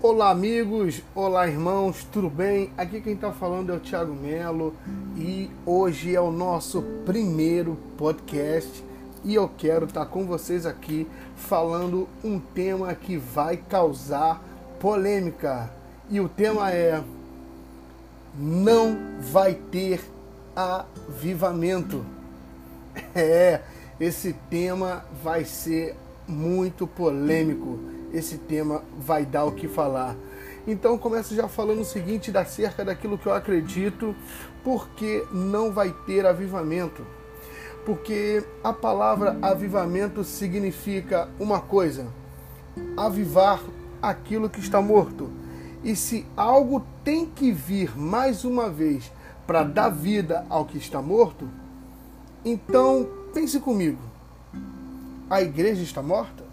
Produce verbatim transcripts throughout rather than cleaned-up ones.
Olá amigos, olá irmãos, tudo bem? Aqui quem está falando é o Thiago Melo e hoje é o nosso primeiro podcast e eu quero estar com vocês aqui falando um tema que vai causar polêmica. E o tema é: não vai ter avivamento. É, esse tema vai ser muito polêmico. Esse tema vai dar o que falar. Então começo já falando o seguinte, da cerca daquilo que eu acredito, porque não vai ter avivamento. Porque a palavra avivamento significa uma coisa: avivar aquilo que está morto. E se algo tem que vir mais uma vez para dar vida ao que está morto, então pense comigo, a igreja está morta?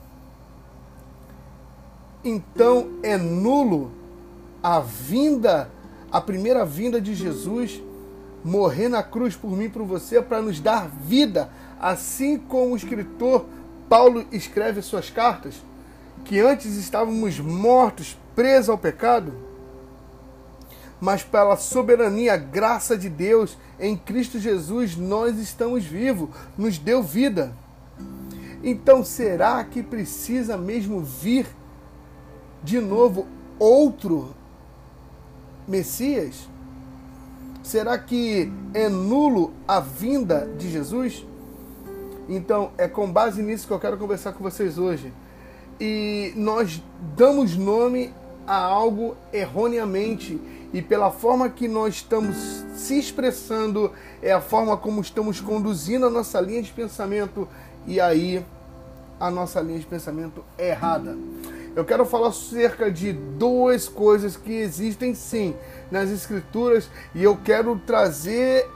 Então é nulo a vinda, a primeira vinda de Jesus, morrer na cruz por mim e por você, para nos dar vida, assim como o escritor Paulo escreve suas cartas, que antes estávamos mortos, presos ao pecado, mas pela soberania, graça de Deus, em Cristo Jesus, nós estamos vivos, nos deu vida. Então será que precisa mesmo vir de novo outro Messias? Será que é nulo a vinda de Jesus? Então é com base nisso que eu quero conversar com vocês hoje. E nós damos nome a algo erroneamente, e pela forma que nós estamos se expressando, é a forma como estamos conduzindo a nossa linha de pensamento, e aí a nossa linha de pensamento é errada. Eu quero falar acerca de duas coisas que existem sim nas Escrituras, e eu quero trazer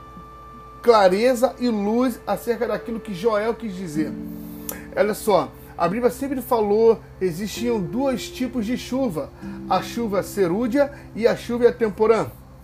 clareza e luz acerca daquilo que Joel quis dizer. Olha só, a Bíblia sempre falou, existiam dois tipos de chuva, a chuva serúdia e a chuva temporã.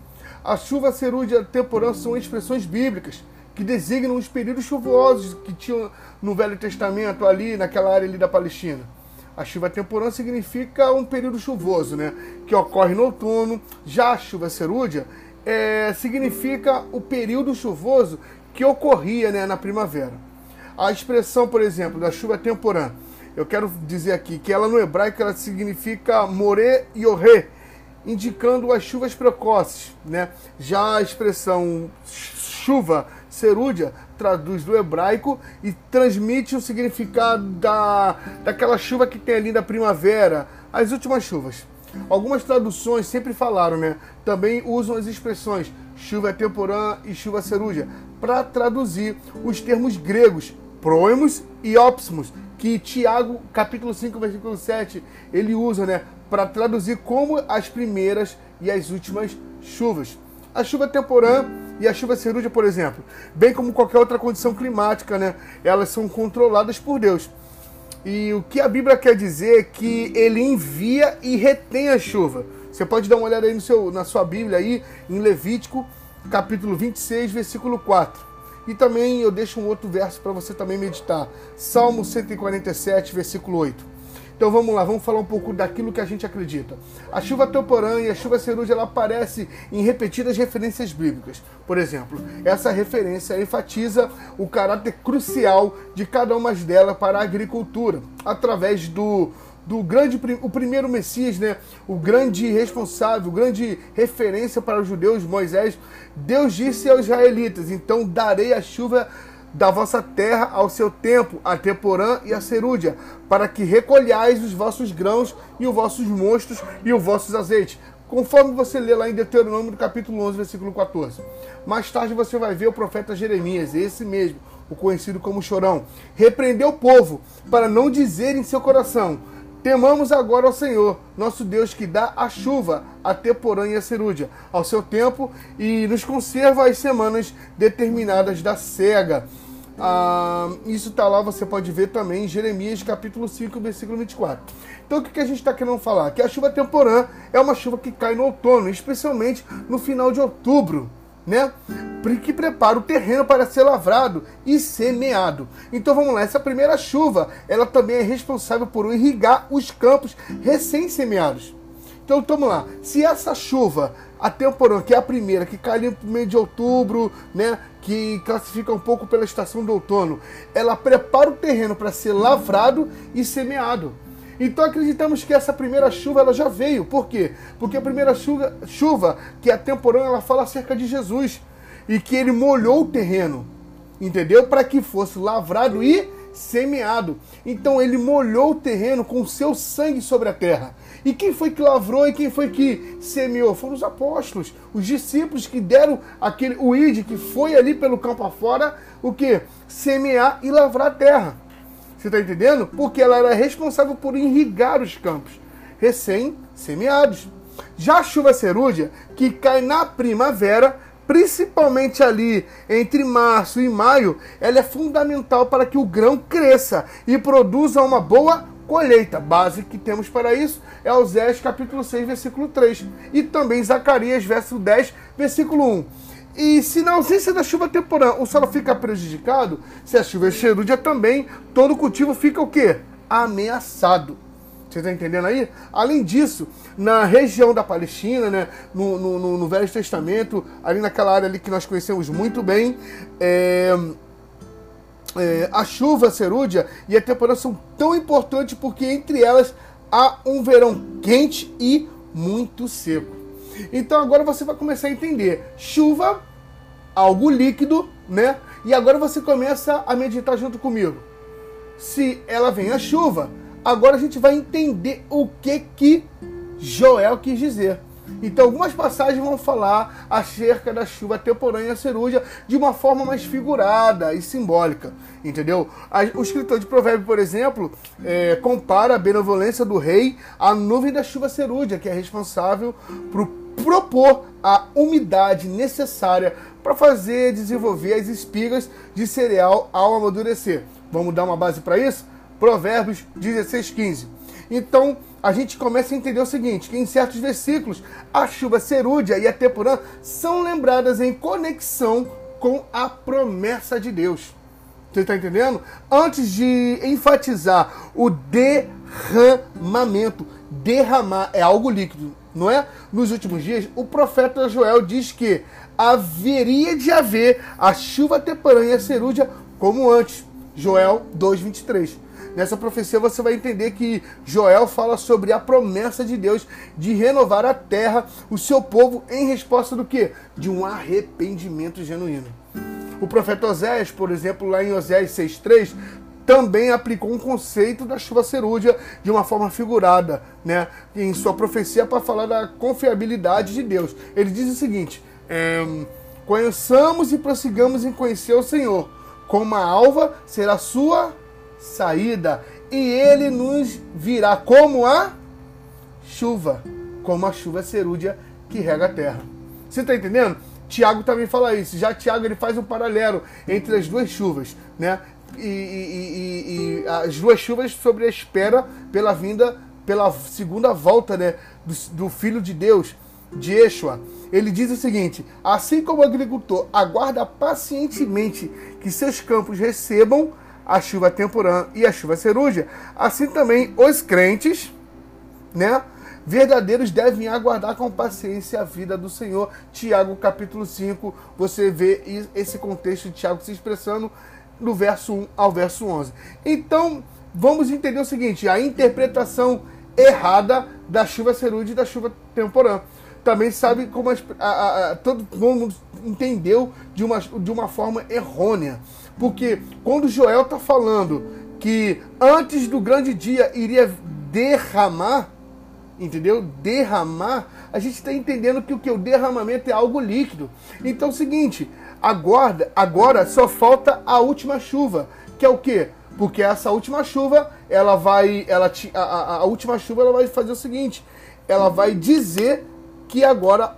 A chuva serúdia e temporã são expressões bíblicas que designam os períodos chuvosos que tinham no Velho Testamento, ali naquela área ali da Palestina. A chuva temporã significa um período chuvoso, né, que ocorre no outono. Já a chuva serúdia é, significa o período chuvoso que ocorria, né, na primavera. A expressão, por exemplo, da chuva temporã, eu quero dizer aqui que ela no hebraico ela significa more yoré, indicando as chuvas precoces, né? Já a expressão chuva serúdia traduz do hebraico e transmite o significado da, daquela chuva que tem ali da primavera, as últimas chuvas. Algumas traduções sempre falaram, né? Também usam as expressões chuva temporã e chuva serúdia para traduzir os termos gregos proimos e ópsimos, que Tiago, capítulo cinco, versículo sete, ele usa, né, para traduzir como as primeiras e as últimas chuvas. A chuva temporã e a chuva serúdia, por exemplo, bem como qualquer outra condição climática, né, elas são controladas por Deus. E o que a Bíblia quer dizer é que ele envia e retém a chuva. Você pode dar uma olhada aí no seu, na sua Bíblia, aí, em Levítico, capítulo vinte e seis, versículo quatro. E também eu deixo um outro verso para você também meditar. Salmo cento e quarenta e sete, versículo oito. Então vamos lá, vamos falar um pouco daquilo que a gente acredita. A chuva temporã e a chuva serúdia, ela aparece em repetidas referências bíblicas. Por exemplo, essa referência enfatiza o caráter crucial de cada uma delas para a agricultura, através do, do grande, o primeiro Messias, né? O grande responsável, o grande referência para os judeus, Moisés. Deus disse aos israelitas: então darei a chuva da vossa terra ao seu tempo, a temporã e a serúdia, para que recolhais os vossos grãos e os vossos mostos e os vossos azeites. Conforme você lê lá em Deuteronômio, no capítulo onze, versículo quatorze. Mais tarde você vai ver o profeta Jeremias, esse mesmo, o conhecido como Chorão, repreendeu o povo para não dizer em seu coração: temamos agora ao Senhor, nosso Deus, que dá a chuva, a temporã e a serúdia, ao seu tempo, e nos conserva as semanas determinadas da cega. Ah, isso está lá, você pode ver também em Jeremias, capítulo cinco, versículo vinte e quatro. Então o que a gente está querendo falar? Que a chuva temporã é uma chuva que cai no outono, especialmente no final de outubro, né? Que prepara o terreno para ser lavrado e semeado. Então vamos lá, essa primeira chuva, ela também é responsável por irrigar os campos recém-semeados. Então, vamos lá. Se essa chuva, a temporã, que é a primeira, que cai ali no meio de outubro, né, que classifica um pouco pela estação do outono, ela prepara o terreno para ser lavrado e semeado. Então acreditamos que essa primeira chuva ela já veio. Por quê? Porque a primeira chuva, chuva que é a temporã, ela fala acerca de Jesus. E que ele molhou o terreno, entendeu? Para que fosse lavrado e semeado. Então ele molhou o terreno com o seu sangue sobre a terra. E quem foi que lavrou e quem foi que semeou? Foram os apóstolos, os discípulos que deram aquele, o ide, que foi ali pelo campo afora, o quê? Semear e lavrar a terra. Você está entendendo? Porque ela era responsável por irrigar os campos recém-semeados. Já a chuva cerúlea, que cai na primavera, principalmente ali entre março e maio, ela é fundamental para que o grão cresça e produza uma boa colheita. Base que temos para isso é Oséias capítulo seis, versículo três. E também Zacarias, verso dez, versículo um. E se na ausência da chuva temporã o solo fica prejudicado, se a chuva é cerúlea também, todo o cultivo fica o quê? Ameaçado. Você está entendendo aí? Além disso, na região da Palestina, né, no, no, no Velho Testamento, ali naquela área ali que nós conhecemos muito bem, é, é, a chuva cerúlea e a temporã são tão importantes porque entre elas há um verão quente e muito seco. Então agora você vai começar a entender. Chuva, algo líquido, né? E agora você começa a meditar junto comigo. Se ela vem a chuva, agora a gente vai entender o que que Joel quis dizer. Então algumas passagens vão falar acerca da chuva temporã e a cerúlea de uma forma mais figurada e simbólica, entendeu? O escritor de Provérbios, por exemplo, é, compara a benevolência do rei à nuvem da chuva cerúlea, que é responsável por propor a umidade necessária para fazer desenvolver as espigas de cereal ao amadurecer. Vamos dar uma base para isso? Provérbios dezesseis, quinze. Então, a gente começa a entender o seguinte, que em certos versículos, a chuva cerúlea e a temporã são lembradas em conexão com a promessa de Deus. Você está entendendo? Antes de enfatizar o derramamento, derramar é algo líquido, não é? Nos últimos dias, o profeta Joel diz que haveria de haver a chuva temporã e a cerúlea como antes. Joel dois, vinte e três. Nessa profecia você vai entender que Joel fala sobre a promessa de Deus de renovar a terra, o seu povo, em resposta do quê? De um arrependimento genuíno. O profeta Oséias, por exemplo, lá em Oséias seis, três, também aplicou um conceito da chuva cerúlea de uma forma figurada, né, em sua profecia para falar da confiabilidade de Deus. Ele diz o seguinte, é, conheçamos e prossigamos em conhecer o Senhor, como a alva será a sua saída, e ele nos virá como a chuva, como a chuva cerúlea que rega a terra. Você está entendendo? Tiago também fala isso. Já Tiago ele faz um paralelo entre as duas chuvas, né? E, e, e, e as duas chuvas sobre a espera pela vinda, pela segunda volta, né, do, do Filho de Deus, de Yeshua. Ele diz o seguinte, assim como o agricultor aguarda pacientemente que seus campos recebam a chuva temporã e a chuva cerúlea, assim também os crentes, né, verdadeiros devem aguardar com paciência a vida do Senhor. Tiago capítulo cinco, você vê esse contexto de Tiago se expressando do verso um ao verso onze. Então, vamos entender o seguinte, a interpretação errada da chuva cerúlea e da chuva temporã. Também sabe como as, a, a, a, todo mundo entendeu de uma, de uma forma errônea. Porque quando Joel está falando que antes do grande dia iria derramar, entendeu? Derramar, a gente está entendendo que o que o derramamento é algo líquido. Então é o seguinte, agora, agora só falta a última chuva, que é o quê? Porque essa última chuva, ela vai, ela, a, a, a última chuva ela vai fazer o seguinte, ela vai dizer que agora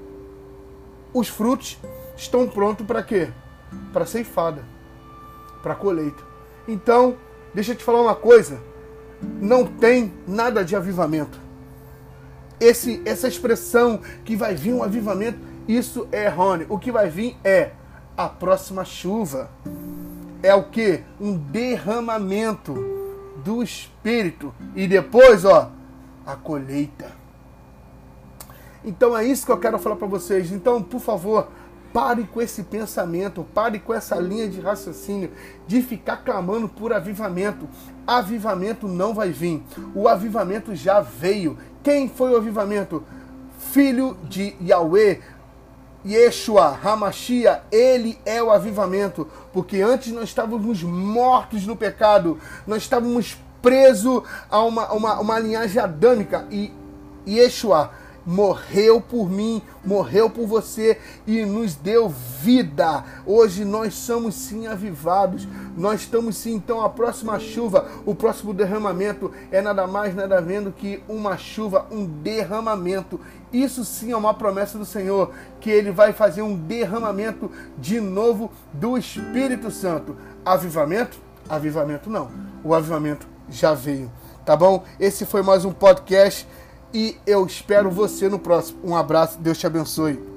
os frutos estão prontos para quê? Para ceifada, para colheita. Então, deixa eu te falar uma coisa, não tem nada de avivamento. Esse, essa expressão que vai vir um avivamento, isso é errôneo. O que vai vir é a próxima chuva. É o que? Um derramamento do Espírito. E depois, ó, a colheita. Então é isso que eu quero falar para vocês. Então, por favor, pare com esse pensamento, pare com essa linha de raciocínio de ficar clamando por avivamento. Avivamento não vai vir. O avivamento já veio. Quem foi o avivamento? Filho de Yahweh, Yeshua, Hamashia, ele é o avivamento. Porque antes nós estávamos mortos no pecado, nós estávamos presos a uma, uma, uma linhagem adâmica. E Yeshua morreu por mim, morreu por você e nos deu vida. Hoje nós somos sim avivados. Nós estamos sim, então a próxima chuva, o próximo derramamento é nada mais, nada menos que uma chuva, um derramamento. Isso sim é uma promessa do Senhor, que Ele vai fazer um derramamento de novo do Espírito Santo. Avivamento? Avivamento não. O avivamento já veio, tá bom? Esse foi mais um podcast. E eu espero você no próximo. Um abraço, Deus te abençoe.